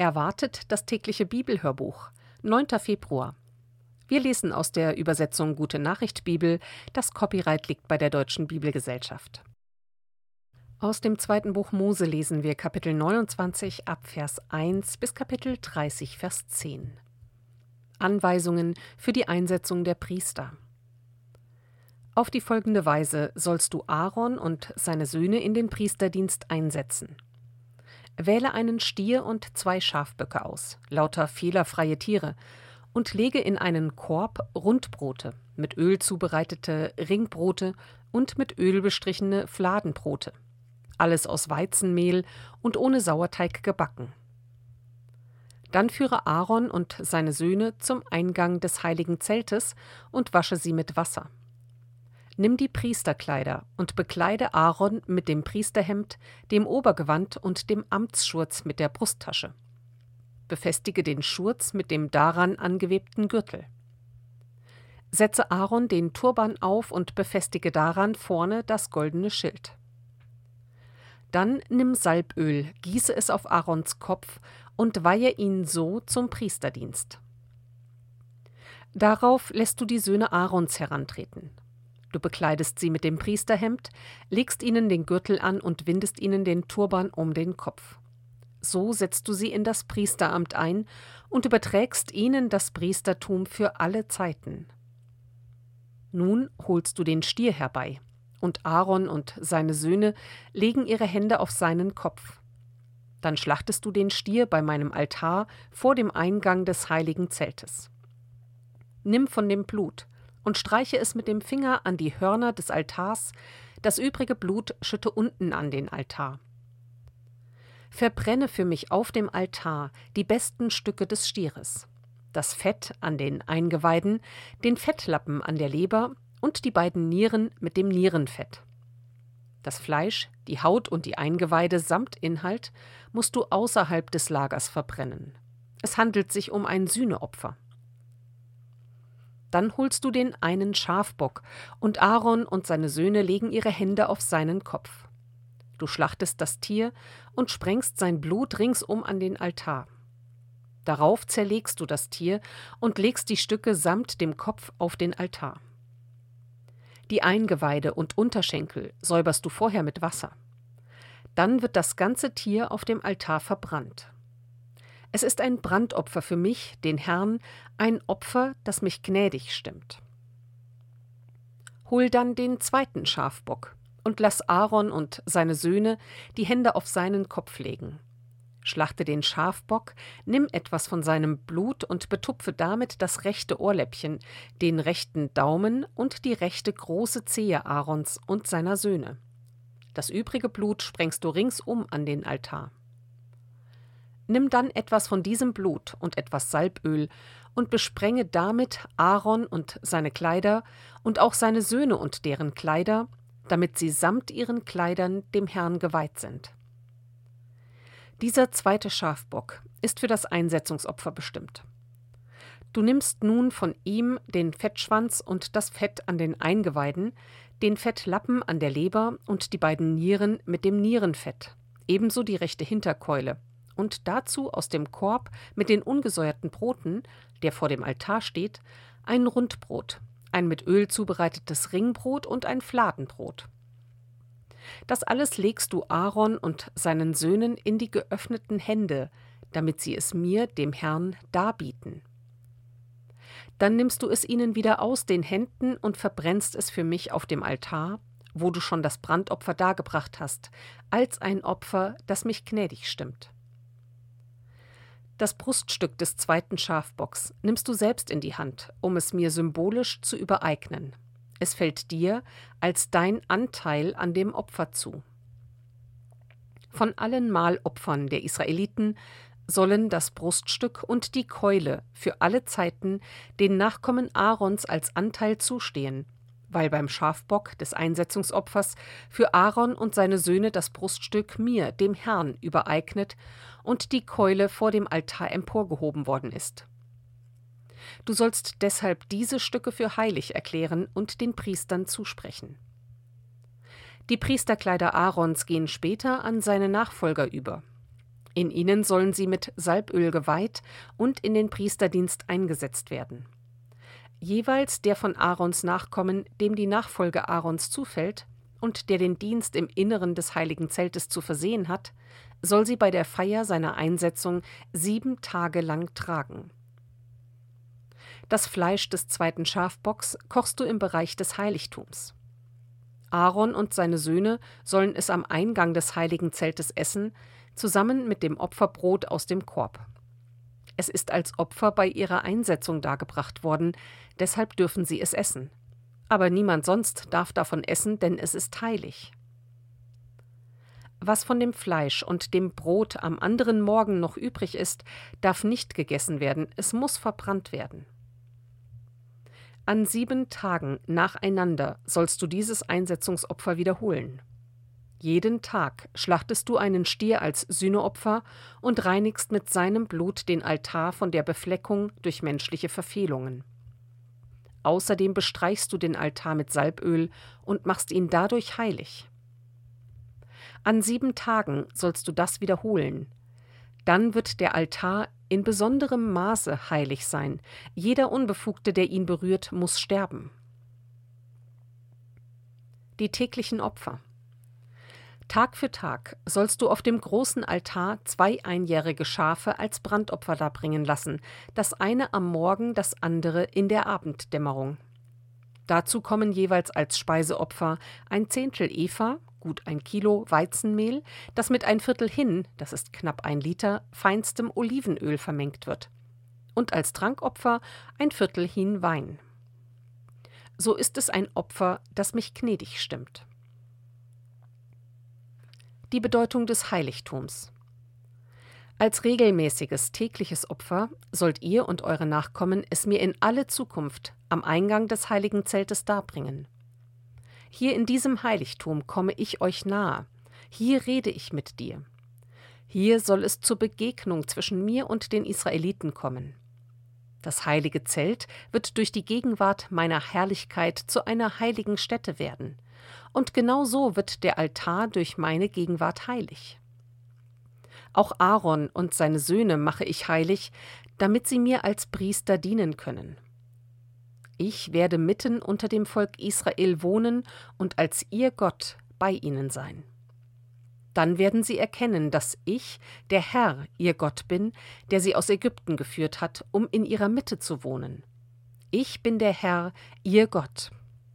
Erwartet das tägliche Bibelhörbuch, 9. Februar. Wir lesen aus der Übersetzung Gute Nachricht Bibel, das Copyright liegt bei der Deutschen Bibelgesellschaft. Aus dem 2. Buch Mose lesen wir Kapitel 29 ab Vers 1 bis Kapitel 30 Vers 10. Anweisungen für die Einsetzung der Priester. Auf die folgende Weise sollst du Aaron und seine Söhne in den Priesterdienst einsetzen. Wähle einen Stier und 2 Schafböcke aus, lauter fehlerfreie Tiere, und lege in einen Korb Rundbrote, mit Öl zubereitete Ringbrote und mit Öl bestrichene Fladenbrote, alles aus Weizenmehl und ohne Sauerteig gebacken. Dann führe Aaron und seine Söhne zum Eingang des heiligen Zeltes und wasche sie mit Wasser. Nimm die Priesterkleider und bekleide Aaron mit dem Priesterhemd, dem Obergewand und dem Amtsschurz mit der Brusttasche. Befestige den Schurz mit dem daran angewebten Gürtel. Setze Aaron den Turban auf und befestige daran vorne das goldene Schild. Dann nimm Salböl, gieße es auf Aarons Kopf und weihe ihn so zum Priesterdienst. Darauf lässt du die Söhne Aarons herantreten. Du bekleidest sie mit dem Priesterhemd, legst ihnen den Gürtel an und windest ihnen den Turban um den Kopf. So setzt du sie in das Priesteramt ein und überträgst ihnen das Priestertum für alle Zeiten. Nun holst du den Stier herbei, und Aaron und seine Söhne legen ihre Hände auf seinen Kopf. Dann schlachtest du den Stier bei meinem Altar vor dem Eingang des heiligen Zeltes. Nimm von dem Blut und streiche es mit dem Finger an die Hörner des Altars, das übrige Blut schütte unten an den Altar. Verbrenne für mich auf dem Altar die besten Stücke des Stieres, das Fett an den Eingeweiden, den Fettlappen an der Leber und die beiden Nieren mit dem Nierenfett. Das Fleisch, die Haut und die Eingeweide samt Inhalt musst du außerhalb des Lagers verbrennen. Es handelt sich um ein Sühneopfer. Dann holst du den einen Schafbock, und Aaron und seine Söhne legen ihre Hände auf seinen Kopf. Du schlachtest das Tier und sprengst sein Blut ringsum an den Altar. Darauf zerlegst du das Tier und legst die Stücke samt dem Kopf auf den Altar. Die Eingeweide und Unterschenkel säuberst du vorher mit Wasser. Dann wird das ganze Tier auf dem Altar verbrannt. Es ist ein Brandopfer für mich, den Herrn, ein Opfer, das mich gnädig stimmt. Hol dann den 2. Schafbock und lass Aaron und seine Söhne die Hände auf seinen Kopf legen. Schlachte den Schafbock, nimm etwas von seinem Blut und betupfe damit das rechte Ohrläppchen, den rechten Daumen und die rechte große Zehe Aarons und seiner Söhne. Das übrige Blut sprengst du ringsum an den Altar. Nimm dann etwas von diesem Blut und etwas Salböl und besprenge damit Aaron und seine Kleider und auch seine Söhne und deren Kleider, damit sie samt ihren Kleidern dem Herrn geweiht sind. Dieser 2. Schafbock ist für das Einsetzungsopfer bestimmt. Du nimmst nun von ihm den Fettschwanz und das Fett an den Eingeweiden, den Fettlappen an der Leber und die beiden Nieren mit dem Nierenfett, ebenso die rechte Hinterkeule, und dazu aus dem Korb mit den ungesäuerten Broten, der vor dem Altar steht, ein Rundbrot, ein mit Öl zubereitetes Ringbrot und ein Fladenbrot. Das alles legst du Aaron und seinen Söhnen in die geöffneten Hände, damit sie es mir, dem Herrn, darbieten. Dann nimmst du es ihnen wieder aus den Händen und verbrennst es für mich auf dem Altar, wo du schon das Brandopfer dargebracht hast, als ein Opfer, das mich gnädig stimmt. Das Bruststück des 2. Schafbocks nimmst du selbst in die Hand, um es mir symbolisch zu übereignen. Es fällt dir als dein Anteil an dem Opfer zu. Von allen Mahlopfern der Israeliten sollen das Bruststück und die Keule für alle Zeiten den Nachkommen Aarons als Anteil zustehen, weil beim Schafbock des Einsetzungsopfers für Aaron und seine Söhne das Bruststück mir, dem Herrn, übereignet und die Keule vor dem Altar emporgehoben worden ist. Du sollst deshalb diese Stücke für heilig erklären und den Priestern zusprechen. Die Priesterkleider Aarons gehen später an seine Nachfolger über. In ihnen sollen sie mit Salböl geweiht und in den Priesterdienst eingesetzt werden. Jeweils der von Aarons Nachkommen, dem die Nachfolge Aarons zufällt und der den Dienst im Inneren des heiligen Zeltes zu versehen hat, soll sie bei der Feier seiner Einsetzung 7 Tage lang tragen. Das Fleisch des zweiten Schafbocks kochst du im Bereich des Heiligtums. Aaron und seine Söhne sollen es am Eingang des heiligen Zeltes essen, zusammen mit dem Opferbrot aus dem Korb. Es ist als Opfer bei ihrer Einsetzung dargebracht worden, deshalb dürfen sie es essen. Aber niemand sonst darf davon essen, denn es ist heilig. Was von dem Fleisch und dem Brot am anderen Morgen noch übrig ist, darf nicht gegessen werden, es muss verbrannt werden. An 7 Tagen nacheinander sollst du dieses Einsetzungsopfer wiederholen. Jeden Tag schlachtest du einen Stier als Sühneopfer und reinigst mit seinem Blut den Altar von der Befleckung durch menschliche Verfehlungen. Außerdem bestreichst du den Altar mit Salböl und machst ihn dadurch heilig. An 7 Tagen sollst du das wiederholen. Dann wird der Altar in besonderem Maße heilig sein. Jeder Unbefugte, der ihn berührt, muss sterben. Die täglichen Opfer. Tag für Tag sollst du auf dem großen Altar 2 einjährige Schafe als Brandopfer darbringen lassen, das eine am Morgen, das andere in der Abenddämmerung. Dazu kommen jeweils als Speiseopfer 1/10 Epha, gut 1 Kilo Weizenmehl, das mit 1/4 Hin, das ist knapp 1 Liter, feinstem Olivenöl vermengt wird. Und als Trankopfer 1/4 Hin Wein. So ist es ein Opfer, das mich gnädig stimmt. Die Bedeutung des Heiligtums. Als regelmäßiges tägliches Opfer sollt ihr und eure Nachkommen es mir in alle Zukunft am Eingang des heiligen Zeltes darbringen. Hier in diesem Heiligtum komme ich euch nahe, hier rede ich mit dir. Hier soll es zur Begegnung zwischen mir und den Israeliten kommen. Das heilige Zelt wird durch die Gegenwart meiner Herrlichkeit zu einer heiligen Stätte werden. Und genau so wird der Altar durch meine Gegenwart heilig. Auch Aaron und seine Söhne mache ich heilig, damit sie mir als Priester dienen können. Ich werde mitten unter dem Volk Israel wohnen und als ihr Gott bei ihnen sein. Dann werden sie erkennen, dass ich, der Herr, ihr Gott bin, der sie aus Ägypten geführt hat, um in ihrer Mitte zu wohnen. Ich bin der Herr, ihr Gott.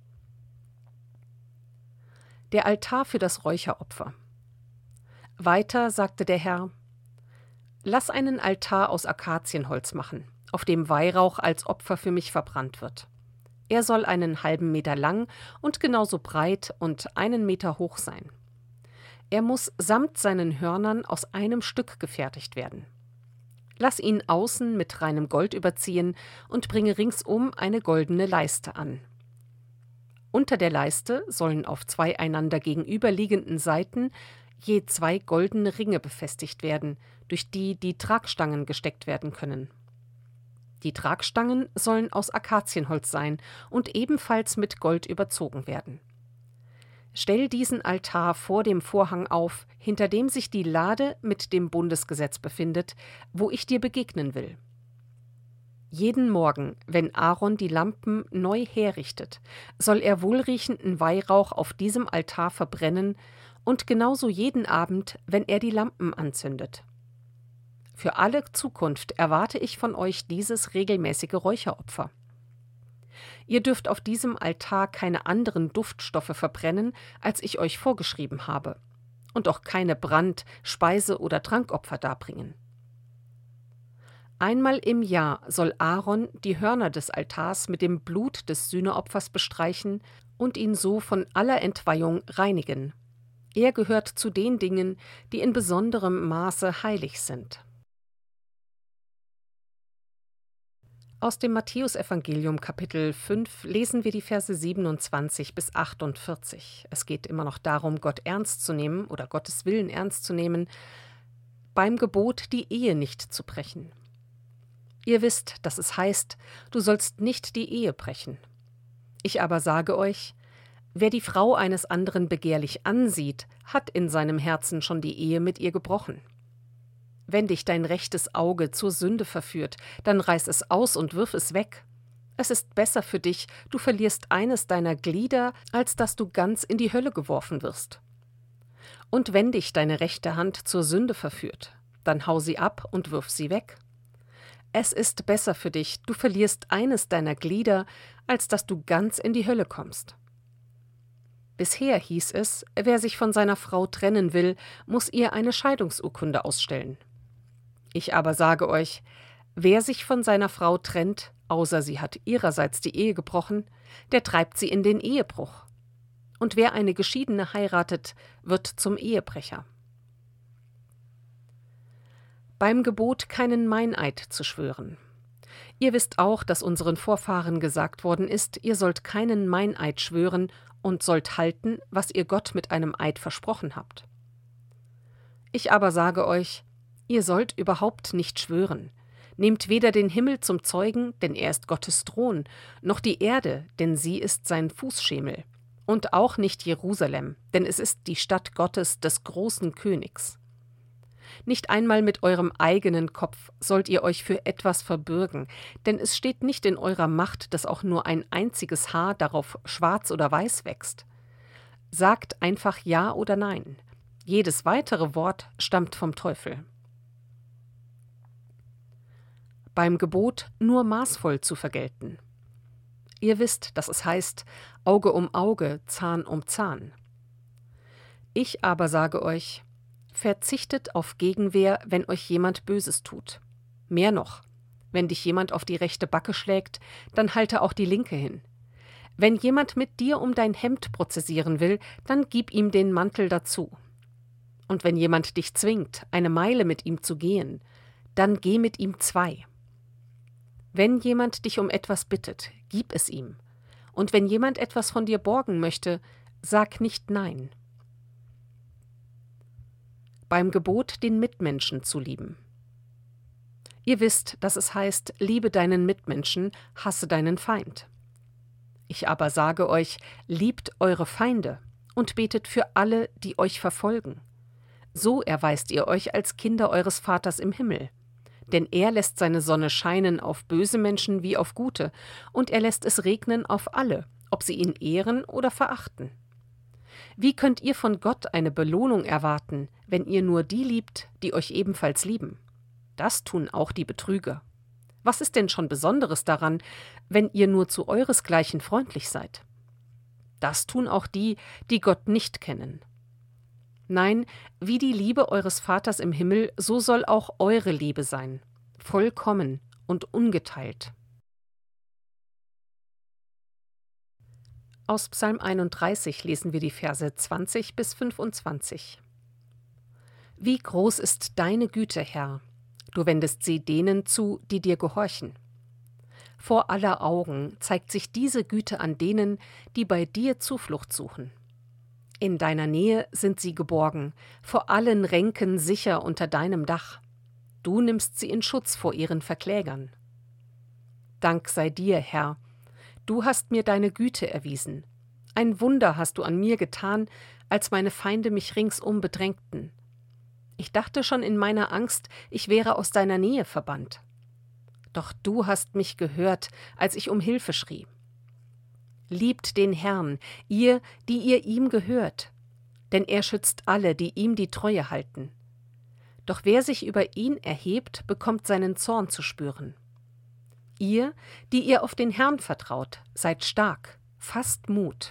Der Altar für das Räucheropfer. Weiter sagte der Herr: Lass einen Altar aus Akazienholz machen, auf dem Weihrauch als Opfer für mich verbrannt wird. Er soll einen halben Meter lang und genauso breit und 1 Meter hoch sein. Er muss samt seinen Hörnern aus einem Stück gefertigt werden. Lass ihn außen mit reinem Gold überziehen und bringe ringsum eine goldene Leiste an. Unter der Leiste sollen auf 2 einander gegenüberliegenden Seiten je 2 goldene Ringe befestigt werden, durch die die Tragstangen gesteckt werden können. Die Tragstangen sollen aus Akazienholz sein und ebenfalls mit Gold überzogen werden. Stell diesen Altar vor dem Vorhang auf, hinter dem sich die Lade mit dem Bundesgesetz befindet, wo ich dir begegnen will. Jeden Morgen, wenn Aaron die Lampen neu herrichtet, soll er wohlriechenden Weihrauch auf diesem Altar verbrennen und genauso jeden Abend, wenn er die Lampen anzündet. Für alle Zukunft erwarte ich von euch dieses regelmäßige Räucheropfer. Ihr dürft auf diesem Altar keine anderen Duftstoffe verbrennen, als ich euch vorgeschrieben habe, und auch keine Brand-, Speise- oder Trankopfer darbringen. Einmal im Jahr soll Aaron die Hörner des Altars mit dem Blut des Sühneopfers bestreichen und ihn so von aller Entweihung reinigen. Er gehört zu den Dingen, die in besonderem Maße heilig sind. Aus dem Matthäusevangelium Kapitel 5 lesen wir die Verse 27 bis 48. Es geht immer noch darum, Gott ernst zu nehmen oder Gottes Willen ernst zu nehmen, beim Gebot, die Ehe nicht zu brechen. Ihr wisst, dass es heißt, du sollst nicht die Ehe brechen. Ich aber sage euch, wer die Frau eines anderen begehrlich ansieht, hat in seinem Herzen schon die Ehe mit ihr gebrochen. Wenn dich dein rechtes Auge zur Sünde verführt, dann reiß es aus und wirf es weg. Es ist besser für dich, du verlierst eines deiner Glieder, als dass du ganz in die Hölle geworfen wirst. Und wenn dich deine rechte Hand zur Sünde verführt, dann hau sie ab und wirf sie weg. Es ist besser für dich, du verlierst eines deiner Glieder, als dass du ganz in die Hölle kommst. Bisher hieß es, wer sich von seiner Frau trennen will, muss ihr eine Scheidungsurkunde ausstellen. Ich aber sage euch, wer sich von seiner Frau trennt, außer sie hat ihrerseits die Ehe gebrochen, der treibt sie in den Ehebruch. Und wer eine Geschiedene heiratet, wird zum Ehebrecher. Beim Gebot, keinen Meineid zu schwören. Ihr wisst auch, dass unseren Vorfahren gesagt worden ist, ihr sollt keinen Meineid schwören und sollt halten, was ihr Gott mit einem Eid versprochen habt. Ich aber sage euch, ihr sollt überhaupt nicht schwören. Nehmt weder den Himmel zum Zeugen, denn er ist Gottes Thron, noch die Erde, denn sie ist sein Fußschemel, und auch nicht Jerusalem, denn es ist die Stadt Gottes, des großen Königs. Nicht einmal mit eurem eigenen Kopf sollt ihr euch für etwas verbürgen, denn es steht nicht in eurer Macht, dass auch nur ein einziges Haar darauf schwarz oder weiß wächst. Sagt einfach Ja oder Nein. Jedes weitere Wort stammt vom Teufel. Beim Gebot, nur maßvoll zu vergelten. Ihr wisst, dass es heißt, Auge um Auge, Zahn um Zahn. Ich aber sage euch, verzichtet auf Gegenwehr, wenn euch jemand Böses tut. Mehr noch, wenn dich jemand auf die rechte Backe schlägt, dann halte auch die linke hin. Wenn jemand mit dir um dein Hemd prozessieren will, dann gib ihm den Mantel dazu. Und wenn jemand dich zwingt, eine Meile mit ihm zu gehen, dann geh mit ihm 2. Wenn jemand dich um etwas bittet, gib es ihm. Und wenn jemand etwas von dir borgen möchte, sag nicht Nein. Beim Gebot, den Mitmenschen zu lieben. Ihr wisst, dass es heißt, liebe deinen Mitmenschen, hasse deinen Feind. Ich aber sage euch, liebt eure Feinde und betet für alle, die euch verfolgen. So erweist ihr euch als Kinder eures Vaters im Himmel. Denn er lässt seine Sonne scheinen auf böse Menschen wie auf gute, und er lässt es regnen auf alle, ob sie ihn ehren oder verachten. Wie könnt ihr von Gott eine Belohnung erwarten, wenn ihr nur die liebt, die euch ebenfalls lieben? Das tun auch die Betrüger. Was ist denn schon Besonderes daran, wenn ihr nur zu euresgleichen freundlich seid? Das tun auch die, die Gott nicht kennen. Nein, wie die Liebe eures Vaters im Himmel, so soll auch eure Liebe sein, vollkommen und ungeteilt. Aus Psalm 31 lesen wir die Verse 20 bis 25. Wie groß ist deine Güte, Herr! Du wendest sie denen zu, die dir gehorchen. Vor aller Augen zeigt sich diese Güte an denen, die bei dir Zuflucht suchen. In deiner Nähe sind sie geborgen, vor allen Ränken sicher unter deinem Dach. Du nimmst sie in Schutz vor ihren Verklägern. Dank sei dir, Herr, du hast mir deine Güte erwiesen. Ein Wunder hast du an mir getan, als meine Feinde mich ringsum bedrängten. Ich dachte schon in meiner Angst, ich wäre aus deiner Nähe verbannt. Doch du hast mich gehört, als ich um Hilfe schrie. Liebt den Herrn, ihr, die ihr ihm gehört, denn er schützt alle, die ihm die Treue halten. Doch wer sich über ihn erhebt, bekommt seinen Zorn zu spüren. Ihr, die ihr auf den Herrn vertraut, seid stark, fasst Mut.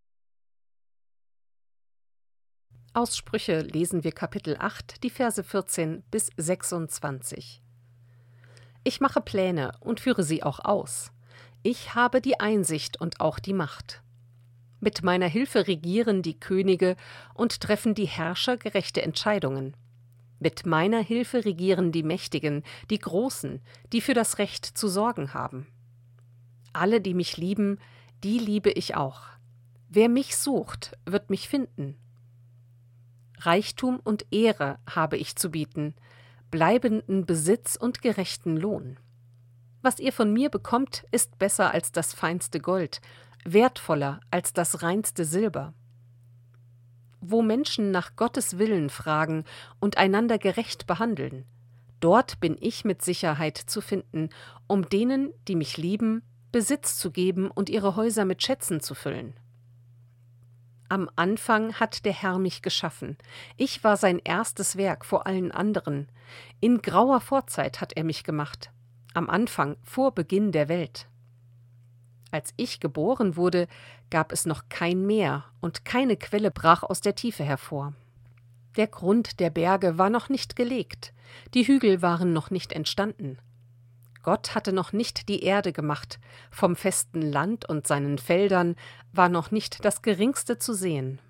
Aus Sprüche lesen wir Kapitel 8, die Verse 14 bis 26. Ich mache Pläne und führe sie auch aus. Ich habe die Einsicht und auch die Macht. Mit meiner Hilfe regieren die Könige und treffen die Herrscher gerechte Entscheidungen. Mit meiner Hilfe regieren die Mächtigen, die Großen, die für das Recht zu sorgen haben. Alle, die mich lieben, die liebe ich auch. Wer mich sucht, wird mich finden. Reichtum und Ehre habe ich zu bieten, bleibenden Besitz und gerechten Lohn. Was ihr von mir bekommt, ist besser als das feinste Gold, wertvoller als das reinste Silber. Wo Menschen nach Gottes Willen fragen und einander gerecht behandeln, Dort bin ich mit Sicherheit zu finden, um denen, die mich lieben, Besitz zu geben und ihre Häuser mit Schätzen zu füllen. Am Anfang hat der Herr mich geschaffen. Ich war sein erstes Werk vor allen anderen. In grauer Vorzeit hat er mich gemacht. Am Anfang, vor Beginn der Welt. Als ich geboren wurde, gab es noch kein Meer und keine Quelle brach aus der Tiefe hervor. Der Grund der Berge war noch nicht gelegt, die Hügel waren noch nicht entstanden. Gott hatte noch nicht die Erde gemacht, vom festen Land und seinen Feldern war noch nicht das Geringste zu sehen.